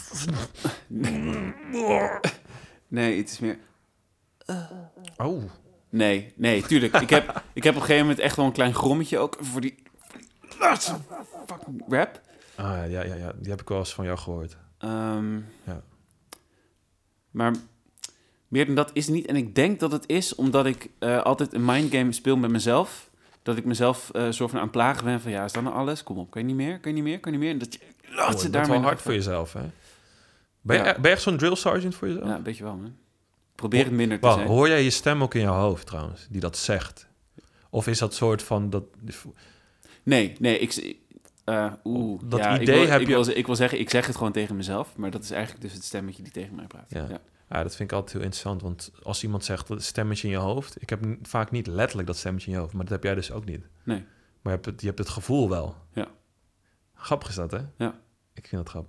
B: Nee, het is meer...
A: Oh.
B: Nee, nee, tuurlijk. ik, heb, ik heb op een gegeven moment echt wel een klein grommetje ook voor die... laatste fucking rap.
A: Ah, ja, ja, ja, die heb ik wel eens van jou gehoord.
B: Um,
A: Ja.
B: Maar meer dan dat is het niet. En ik denk dat het is omdat ik uh, altijd een mindgame speel met mezelf. Dat ik mezelf uh, soort van aan het plagen ben van... ja, is dat nou alles? Kom op, kan je niet meer? Kan je niet meer? Kan je niet meer? En dat je... laat
A: Oh,
B: ze
A: dat
B: daarmee
A: is wel
B: nog
A: hard
B: even-
A: voor jezelf, hè? Ben je,
B: Ja.
A: ben je echt zo'n drill sergeant voor jezelf?
B: Ja, een beetje wel, man. Probeer het minder te
A: Wacht,
B: zijn.
A: hoor jij je stem ook in je hoofd, trouwens, die dat zegt? Of is dat soort van... dat?
B: Nee, nee, ik... Uh, oeh,
A: Dat
B: ja,
A: idee
B: ik wil,
A: heb
B: ik
A: je-
B: Wil, ik wil zeggen, ik zeg het gewoon tegen mezelf. Maar dat is eigenlijk dus het stemmetje die tegen mij praat.
A: Ja.
B: Ja.
A: Ja, dat vind ik altijd heel interessant. Want als iemand zegt dat stemmetje in je hoofd... Ik heb n- vaak niet letterlijk dat stemmetje in je hoofd. Maar dat heb jij dus ook niet.
B: Nee.
A: Maar je hebt het, je hebt het gevoel wel.
B: Ja.
A: Grappig is dat, hè?
B: Ja.
A: Ik vind dat grappig.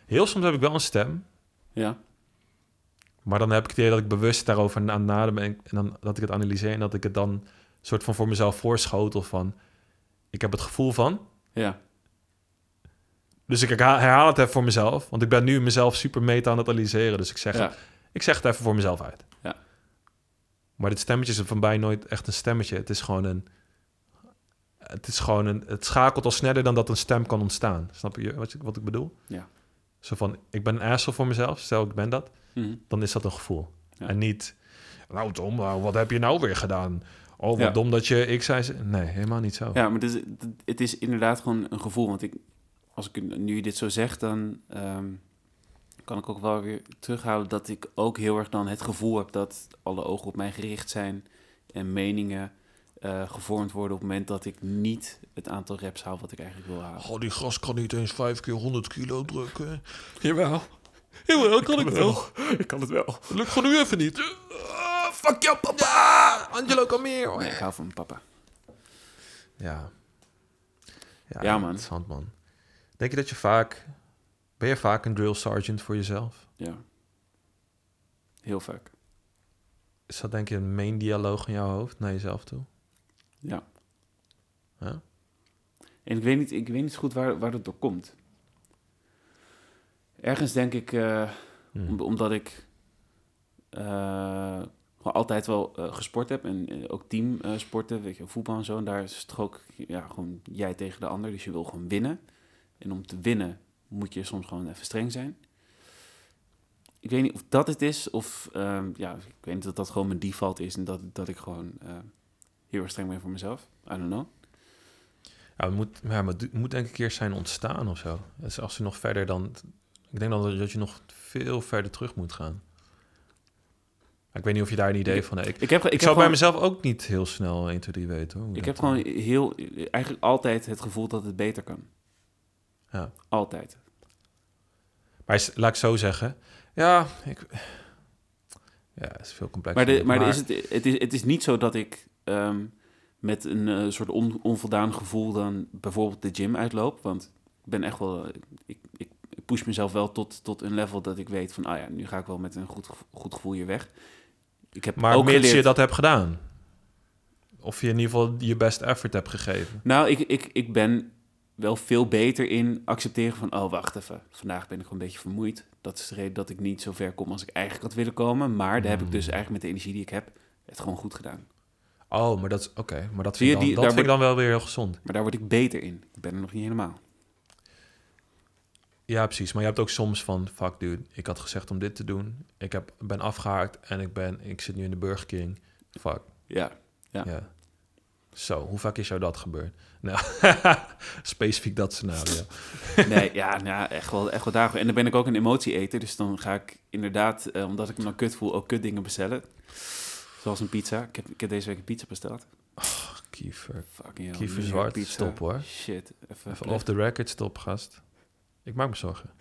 A: Heel soms heb ik wel een stem.
B: Ja.
A: Maar dan heb ik het idee dat ik bewust daarover aan het nadenken ben. En dan dat ik het analyseer. En dat ik het dan soort van voor mezelf voorschotel van... Ik heb het gevoel van...
B: Ja.
A: Dus ik herhaal, herhaal het even voor mezelf. Want ik ben nu mezelf super meta aan het analyseren. Dus ik zeg,
B: Ja.
A: het, ik zeg het even voor mezelf uit.
B: Ja.
A: Maar dit stemmetje is van bij nooit echt een stemmetje. Het is gewoon een... Het is gewoon een... Het schakelt al sneller dan dat een stem kan ontstaan. Snap je wat, wat ik bedoel?
B: Ja.
A: Zo van, ik ben een asshole voor mezelf. Stel, ik ben dat.
B: Mhm.
A: Dan is dat een gevoel.
B: Ja.
A: En niet... Nou Tom, nou, wat heb je nou weer gedaan? Oh, wat
B: Ja.
A: dom dat je... Ik zei... ze- Nee, helemaal niet zo.
B: Ja, maar het is, het is inderdaad gewoon een gevoel. Want ik, als ik nu je dit zo zegt, dan ehm, kan ik ook wel weer terughalen dat ik ook heel erg dan het gevoel heb dat alle ogen op mij gericht zijn en meningen eh, gevormd worden op het moment dat ik niet het aantal reps haal wat ik eigenlijk wil halen.
A: Oh, die gast kan niet eens vijf keer honderd kilo drukken. Jawel. Jawel, kan ik wel.
B: Ik kan het wel.
A: Het lukt gewoon nu even niet. Uh, fuck jou, papa. Angelo, kom hier.
B: Nee, ik hou van mijn papa.
A: Ja.
B: Ja, man.
A: Interessant, man. Denk je dat je vaak... Ben je vaak een drill sergeant voor jezelf?
B: Ja. Heel vaak.
A: Is dat denk je een main dialoog in jouw hoofd naar jezelf toe?
B: Ja.
A: Ja?
B: En ik weet niet, ik weet niet zo goed waar, waar dat door komt. Ergens denk ik, uh,
A: Hmm.
B: om, omdat ik uh, gewoon altijd wel uh, gesport heb en uh, ook teamsporten, weet je, voetbal en zo. En daar is het toch ook ja, gewoon jij tegen de ander, dus je wil gewoon winnen. En om te winnen moet je soms gewoon even streng zijn. Ik weet niet of dat het is, of uh, ja, ik weet niet dat dat gewoon mijn default is en dat, dat ik gewoon uh, heel erg streng ben voor mezelf. I don't know.
A: Ja, het moet, ja, maar het moet denk ik eerst zijn ontstaan of zo. Dus als je nog verder dan... Ik denk dan dat je nog veel verder terug moet gaan. Maar ik weet niet of je daar een idee
B: Ik-
A: van hebt. Ik,
B: Ik, heb,
A: ik,
B: ik
A: zou
B: heb
A: bij
B: gewoon,
A: mezelf ook niet heel snel één, twee, drie weten. Hoor, hoe
B: ik
A: dat,
B: heb gewoon
A: eh,
B: heel, eigenlijk altijd het gevoel dat het beter kan.
A: Ja.
B: Altijd.
A: Maar is- laat ik zo zeggen. Ja, ik... Ja, het is veel complexer.
B: Maar, de, maar, is het, het, is, het is niet zo dat ik ehm, met een eh, soort on, onvoldaan gevoel dan bijvoorbeeld de gym uitloop. Want ik ben echt wel... Ik, ik push mezelf wel tot, tot een level dat ik weet van... Ah ja, nu ga ik wel met een goed, gevo- goed gevoel hier weg. Ik heb
A: Maar
B: ook
A: mits
B: geleerd,
A: je dat hebt gedaan. Of je in ieder geval je best effort hebt gegeven.
B: Nou, ik, ik, ik ben wel veel beter in accepteren van... Oh, wacht even. Vandaag ben ik gewoon een beetje vermoeid. Dat is de reden dat ik niet zo ver kom als ik eigenlijk had willen komen. Maar daar heb ik dus eigenlijk met de energie die ik heb... het gewoon goed gedaan.
A: Oh, maar dat is... Oké, maar dat
B: Zie je,
A: vind, ik
B: die-
A: dan, dat
B: daar
A: vind ik dan wel weer heel gezond.
B: Maar daar word ik beter in. Ik ben er nog niet helemaal.
A: Ja, precies. Maar je hebt ook soms van... Fuck, dude. Ik had gezegd om dit te doen. Ik heb, ben afgehaakt en ik, ben, ik zit nu in de Burger King. Fuck.
B: Ja.
A: Ja.
B: Ja.
A: Zo, hoe vaak is jou dat gebeurd? Nou, specifiek dat scenario.
B: Nee, ja, nou, ja, echt wel, echt wel dagen. En dan ben ik ook een emotie-eter. Dus dan ga ik inderdaad, eh, omdat ik me dan kut voel, ook kut dingen bestellen. Zoals een pizza. Ik heb, ik heb deze week een pizza besteld.
A: Kiefer.
B: Fucking hell.
A: Kiefer
B: New York
A: Zwart,
B: pizza.
A: stop hoor.
B: Shit. Even,
A: Even off the record, stop gast. Ik maak me zorgen.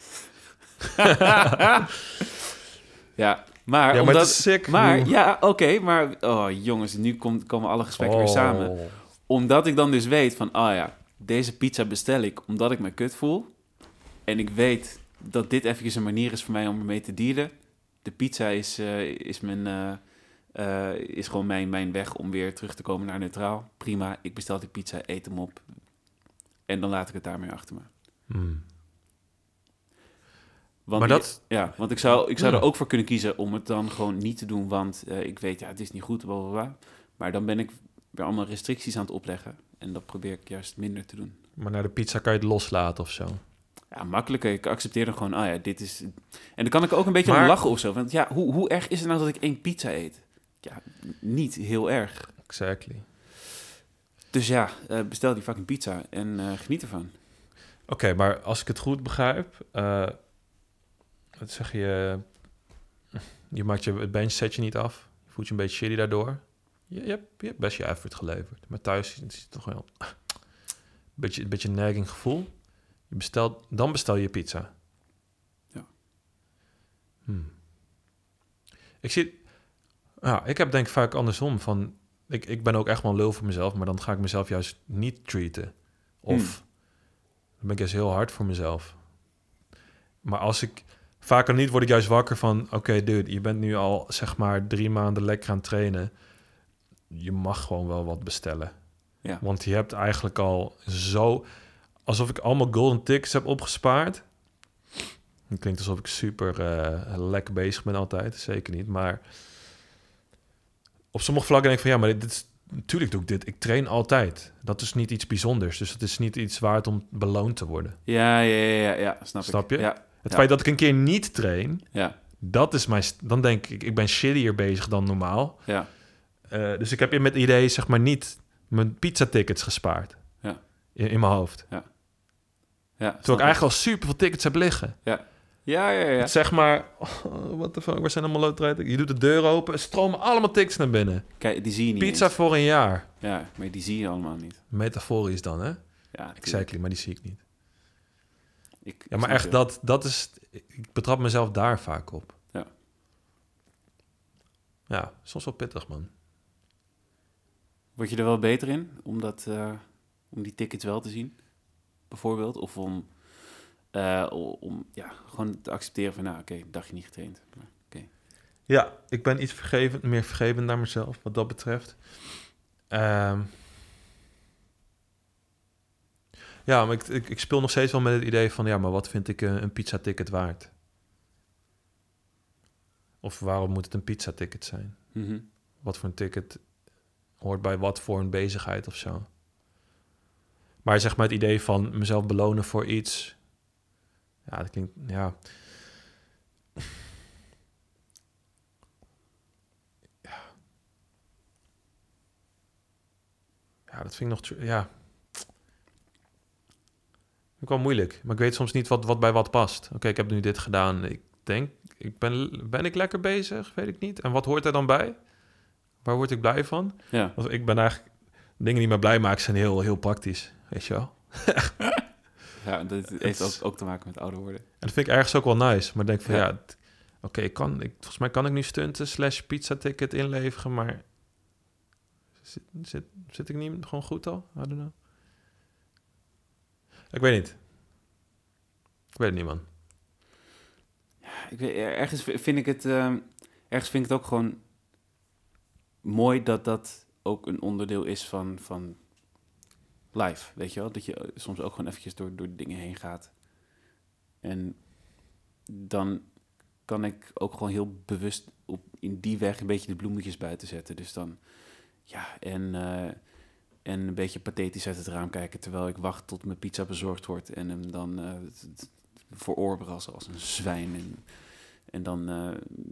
B: Ja, maar,
A: Ja, maar
B: omdat,
A: het is sick.
B: maar
A: hoe-
B: ja, oké, maar oh jongens, nu komt, komen alle gesprekken weer samen.
A: Oh.
B: Omdat ik dan dus weet van, ah ja, deze pizza bestel ik omdat ik me kut voel. En ik weet dat dit eventjes een manier is voor mij om ermee te dealen. De pizza is, uh, is, mijn, uh, uh, is gewoon mijn, mijn weg om weer terug te komen naar neutraal. Prima, ik bestel die pizza, eet hem op. En dan laat ik het daarmee achter me.
A: Hmm.
B: Want
A: Maar
B: je-
A: dat-
B: ja, want ik zou, ik zou
A: Ja.
B: er ook voor kunnen kiezen om het dan gewoon niet te doen. Want uh, ik weet, ja, het is niet goed, bla, bla, bla. Maar dan ben ik weer allemaal restricties aan het opleggen. En dat probeer ik juist minder te doen.
A: Maar naar de pizza kan je het loslaten of zo.
B: Ja, makkelijker. Ik accepteer dan gewoon, ah ja, dit is... En dan kan ik ook een beetje
A: Maar-
B: om lachen of zo. Want ja, hoe, hoe erg is het nou dat ik één pizza eet? Ja, n- niet heel erg.
A: Exactly.
B: Dus ja, uh, bestel die fucking pizza en uh, geniet ervan.
A: Oké, maar als ik het goed begrijp... Uh, wat zeg je... Je maakt je het bench set je niet af. Je voelt je een beetje shitty daardoor. Je, je, hebt, je hebt best je effort geleverd. Maar thuis is het toch wel... Een beetje, een beetje een nagging gevoel. Je bestelt, dan bestel je pizza.
B: Ja.
A: Hmm. Ik zie... Ja, ik heb denk ik vaak andersom. Van, ik, ik ben ook echt wel een lul voor mezelf, maar dan ga ik mezelf juist niet treaten. Of
B: Hmm.
A: dan ben ik juist heel hard voor mezelf. Maar als ik... Vaker niet word ik juist wakker van... Oké, okay, dude, je bent nu al zeg maar drie maanden lekker aan het trainen. Je mag gewoon wel wat bestellen.
B: Ja.
A: Want je hebt eigenlijk al zo... Alsof ik allemaal golden tickets heb opgespaard. Het klinkt alsof ik super uh, lekker bezig ben altijd. Zeker niet, maar... Op sommige vlakken denk ik van... Ja, maar dit is... Natuurlijk doe ik dit. Ik train altijd. Dat is niet iets bijzonders. Dus het is niet iets waard om beloond te worden.
B: Ja, ja, ja, ja, ja snap,
A: Snap
B: ik.
A: je?
B: Ja.
A: Het
B: ja.
A: feit dat ik een keer niet train...
B: Ja.
A: Dat is mijn... Dan denk ik, ik ben shittier bezig dan normaal.
B: Ja.
A: Uh, dus ik heb in met idee, zeg maar, niet mijn pizza-tickets gespaard.
B: Ja.
A: In, in mijn hoofd.
B: Ja. Ja,
A: terwijl ik eigenlijk al super veel tickets heb liggen.
B: Ja. Ja, ja, ja.
A: Zeg maar, oh, what the fuck, waar zijn allemaal loodrijden? Je doet de deur open, er stromen allemaal tickets naar binnen.
B: Kijk, die zie je niet
A: Pizza
B: eens.
A: voor een jaar.
B: Ja, maar die zie je allemaal niet.
A: Metaforisch dan, hè?
B: Ja,
A: exactly, maar die zie ik niet.
B: Ik,
A: ja, maar echt, dat, dat is... Ik betrap mezelf daar vaak op.
B: Ja.
A: Ja, soms wel pittig, man.
B: Word je er wel beter in, om, dat, uh, om die tickets wel te zien? Bijvoorbeeld? Of om... Uh, om ja, gewoon te accepteren van, nou, oké, okay, dagje niet getraind. Okay.
A: Ja, ik ben iets vergevend, meer vergevend naar mezelf, wat dat betreft. Um, ja, maar ik, ik, ik speel nog steeds wel met het idee van, ja, maar wat vind ik een, een pizza-ticket waard? Of waarom moet het een pizza-ticket zijn?
B: Mm-hmm.
A: Wat voor een ticket hoort bij wat voor een bezigheid of zo? Maar zeg maar het idee van mezelf belonen voor iets... Ja, dat klinkt... Ja. Ja. Ja, dat vind ik nog... Tr- ja. Vind ik wel moeilijk. Maar ik weet soms niet wat, wat bij wat past. Oké, okay, ik heb nu dit gedaan. Ik denk... Ik ben, ben ik lekker bezig? Weet ik niet. En wat hoort er dan bij? Waar word ik blij van?
B: Ja.
A: Of ik ben eigenlijk... Dingen die me blij maken zijn heel, heel praktisch. Weet je wel?
B: Ja, dat heeft ook, ook te maken met ouder worden.
A: En dat vind ik ergens ook wel nice. Maar denk van ja,
B: ja
A: oké, okay, ik kan, ik, volgens mij kan ik nu stunten slash pizza ticket inleveren, maar zit, zit, zit ik niet gewoon goed al? I don't know. Ik weet niet. Ik weet het niet, man.
B: Ja, ik weet, ergens vind ik het, uh, ergens vind ik het ook gewoon mooi dat dat ook een onderdeel is van, van live, weet je wel? Dat je soms ook gewoon eventjes door, door dingen heen gaat. En dan kan ik ook gewoon heel bewust op, in die weg een beetje de bloemetjes buiten zetten. Dus dan, ja, en, uh, en een beetje pathetisch uit het raam kijken... terwijl ik wacht tot mijn pizza bezorgd wordt... en hem dan uh, verorberen als, als een zwijn. En, en dan uh,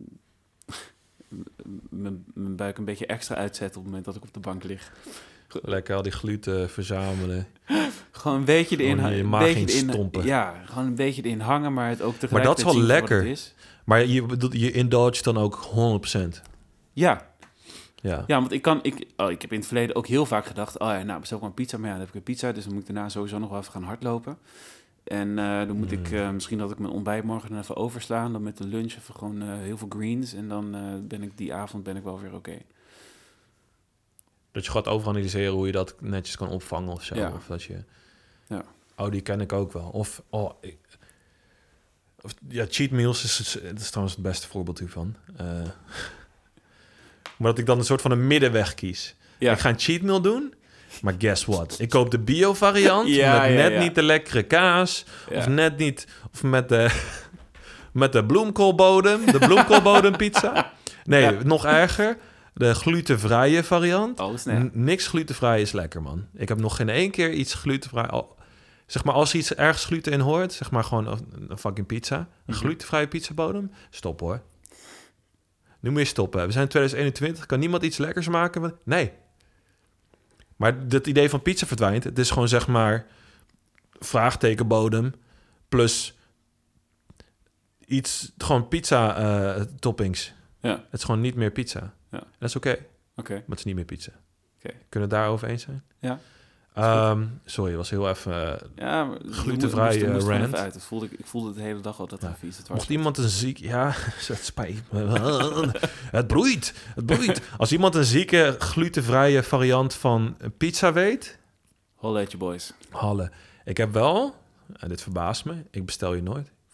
B: mijn buik een beetje extra uitzetten... op het moment dat ik op de bank lig.
A: Lekker al die gluten verzamelen.
B: Gewoon een beetje erin hangen.
A: Je maag in stompen.
B: Ja, gewoon een beetje erin hangen, maar het ook tegelijkertijd
A: maar dat is wel lekker.
B: Is.
A: Maar je, je indulge dan ook honderd procent.
B: Ja.
A: Ja.
B: Ja, want ik kan... Ik, oh, ik heb in het verleden ook heel vaak gedacht... Oh ja, nou, bestel ik maar een pizza. Maar ja, dan heb ik een pizza. Dus dan moet ik daarna sowieso nog wel even gaan hardlopen. En uh, dan moet mm. ik... Uh, misschien dat ik mijn ontbijt morgen dan even overslaan. Dan met de lunch even gewoon uh, heel veel greens. En dan uh, ben ik die avond ben ik wel weer oké. Okay.
A: Dat je gaat overanalyseren hoe je dat netjes kan opvangen of zo.
B: Ja.
A: Of dat je...
B: Ja.
A: Oh, die ken ik ook wel. Of... Oh, ik, of ja, cheat meals is, het is trouwens het beste voorbeeld hiervan. Uh, maar dat ik dan een soort van een middenweg kies. Ja. Ik ga een cheat meal doen, maar guess what? Ik koop de bio variant
B: ja,
A: met
B: ja,
A: net
B: ja.
A: niet de lekkere kaas.
B: Ja.
A: Of net niet... Of met de, met de bloemkoolbodem. De bloemkoolbodem pizza. Nee, ja. nog erger. De glutenvrije variant.
B: Oh, snap.
A: N- niks glutenvrij is lekker, man. Ik heb nog geen één keer iets glutenvrij... Al, zeg maar, als er iets ergens gluten in hoort... zeg maar gewoon een, een fucking pizza. Een mm-hmm. glutenvrije pizzabodem. Stop, hoor. Nu moet je stoppen. We zijn in twintig eenentwintig. Kan niemand iets lekkers maken? Nee. Maar het idee van pizza verdwijnt. Het is gewoon, zeg maar... vraagtekenbodem... plus... iets... gewoon pizza uh, toppings.
B: Ja.
A: Het is gewoon niet meer pizza.
B: Ja.
A: Dat is oké. Okay.
B: Okay.
A: Maar het is niet meer pizza.
B: Okay.
A: Kunnen we het daarover eens zijn?
B: Ja.
A: Um, sorry, het was heel even uh,
B: ja,
A: glutenvrij uh, rant.
B: Even uit. Dat voelde ik, ik voelde het de hele dag al dat het ja. vies. Het
A: Mocht iemand een ziek... Ja, het spijt me. Het broeit. Het broeit. Als iemand een zieke glutenvrije variant van pizza weet...
B: Holla at je boys.
A: Halle. Ik heb wel... En dit verbaast me. Ik bestel je nooit.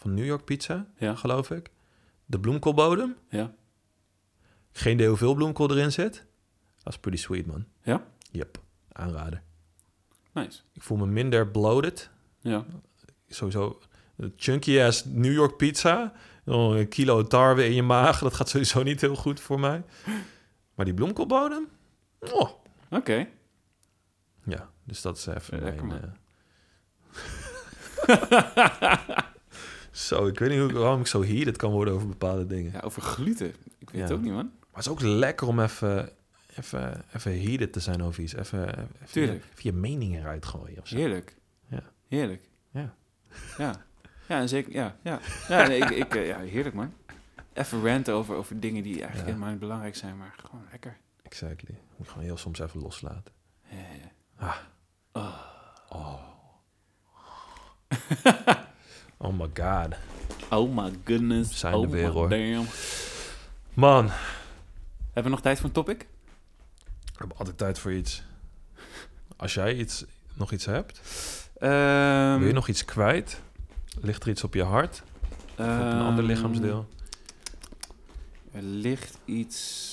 A: van New York Pizza,
B: Ja.
A: geloof ik. De bloemkoolbodem.
B: Ja.
A: Geen idee hoeveel bloemkool erin zit. Dat is pretty sweet, man.
B: Ja?
A: Yep, aanraden.
B: Nice.
A: Ik voel me minder bloated.
B: Ja.
A: Sowieso een chunky ass New York pizza. Oh, een kilo tarwe in je maag. Dat gaat sowieso niet heel goed voor mij. Maar die bloemkoolbodem? Oh.
B: Oké. Okay.
A: Ja, dus dat is even
B: Lekker,
A: mijn...
B: man.
A: Uh... Zo, ik weet niet hoe, waarom ik zo heated kan worden over bepaalde dingen.
B: Ja, over gluten. Ik weet
A: Ja.
B: het ook niet, man.
A: Maar het is ook lekker om even, even, even heated te zijn over iets. Even, even,
B: Tuurlijk.
A: even je mening eruit gooien of zo.
B: Heerlijk.
A: Ja.
B: Heerlijk.
A: Ja.
B: Ja. Ja, en zeker. Ja, ja. Ja, nee, ik, ik, uh, ja, heerlijk, man. Even ranten over, over dingen die eigenlijk
A: Ja.
B: helemaal niet belangrijk zijn, maar gewoon lekker.
A: Exactly. Moet gewoon heel soms even loslaten.
B: Ja, ja.
A: Ah.
B: Oh.
A: Oh. Oh my god.
B: Oh my goodness.
A: We zijn
B: oh
A: er weer,
B: my
A: hoor.
B: damn.
A: Man,
B: Hebben we nog tijd voor een topic?
A: ik heb altijd tijd voor iets. Als jij iets, nog iets hebt,
B: Um,
A: wil je nog iets kwijt? Ligt er iets op je hart? Of op een ander lichaamsdeel?
B: Er ligt iets...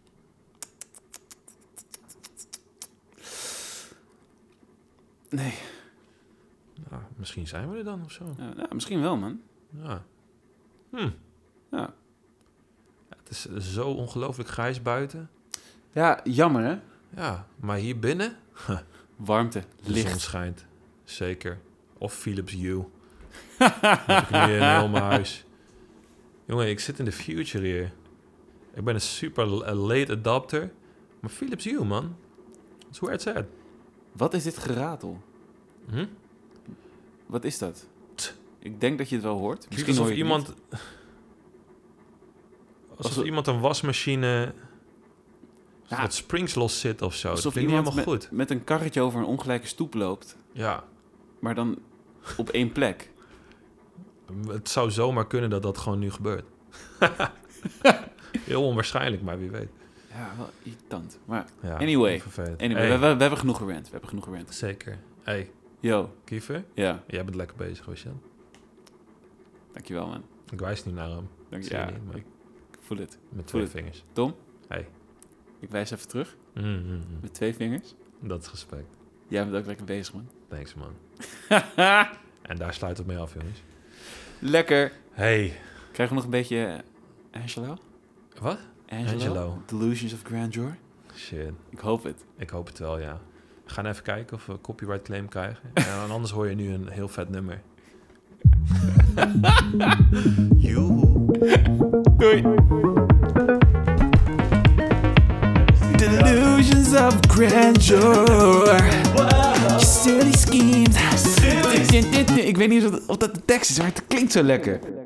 B: Nee.
A: Nou, misschien zijn we er dan of zo.
B: Ja, nou, misschien wel, man.
A: Ja. Hm.
B: Ja.
A: Ja, het is zo ongelooflijk grijs buiten.
B: Ja, jammer, hè?
A: Ja, maar hier binnen,
B: Warmte,
A: de
B: licht.
A: zon schijnt. Zeker. Of Philips Hue. heb ik nu in heel mijn huis. Jongen, ik zit in de future hier. Ik ben een super l- late adapter. Maar Philips Hue, man. That's where it's at.
B: Wat is dit geratel?
A: Hm?
B: Wat is dat?
A: Tch.
B: Ik denk dat je het wel hoort.
A: Misschien
B: Misschien
A: alsof
B: hoor je het
A: iemand...
B: niet.
A: Alsof
B: Alsof-
A: iemand een wasmachine...
B: Ja.
A: dat springs los zit of zo. Dat
B: Alsof
A: klinkt niet
B: iemand
A: helemaal
B: met,
A: goed.
B: met een karretje over een ongelijke stoep loopt,
A: Ja,
B: maar dan op één plek.
A: het zou zomaar kunnen dat dat gewoon nu gebeurt. Heel onwaarschijnlijk, maar wie weet.
B: Ja, wel irritant. Maar
A: Ja,
B: Anyway.
A: vervelend.
B: anyway,
A: Hey,
B: we, we, we hebben genoeg gerend. We hebben genoeg gerend.
A: Zeker. Hey,
B: Yo,
A: Kiefer,
B: ja,
A: jij bent lekker bezig, weet je wel.
B: dankjewel, man.
A: Ik wijs nu naar hem.
B: Dank je.
A: Zie je
B: Ja,
A: niet, maar
B: ik voel het.
A: met
B: voel
A: twee
B: het.
A: vingers.
B: Tom,
A: Hey.
B: ik wijs even terug
A: Mm, mm, mm.
B: met twee vingers.
A: Dat is respect.
B: Jij bent ook lekker bezig, man.
A: Thanks, man. En daar sluit het mee af, jongens.
B: Lekker.
A: Hey.
B: Krijgen we nog een beetje uh, Angelo?
A: Wat?
B: Angelo?
A: Angelo.
B: Delusions of Grandeur?
A: Shit.
B: Ik hoop het.
A: Ik hoop het wel, ja. We gaan even kijken of we een copyright claim krijgen. En anders hoor je nu een heel vet nummer. Joehoe.
B: Doei. Delusions of grandeur. Silly schemes. Ik weet niet of dat, of dat de tekst is, maar het klinkt zo lekker.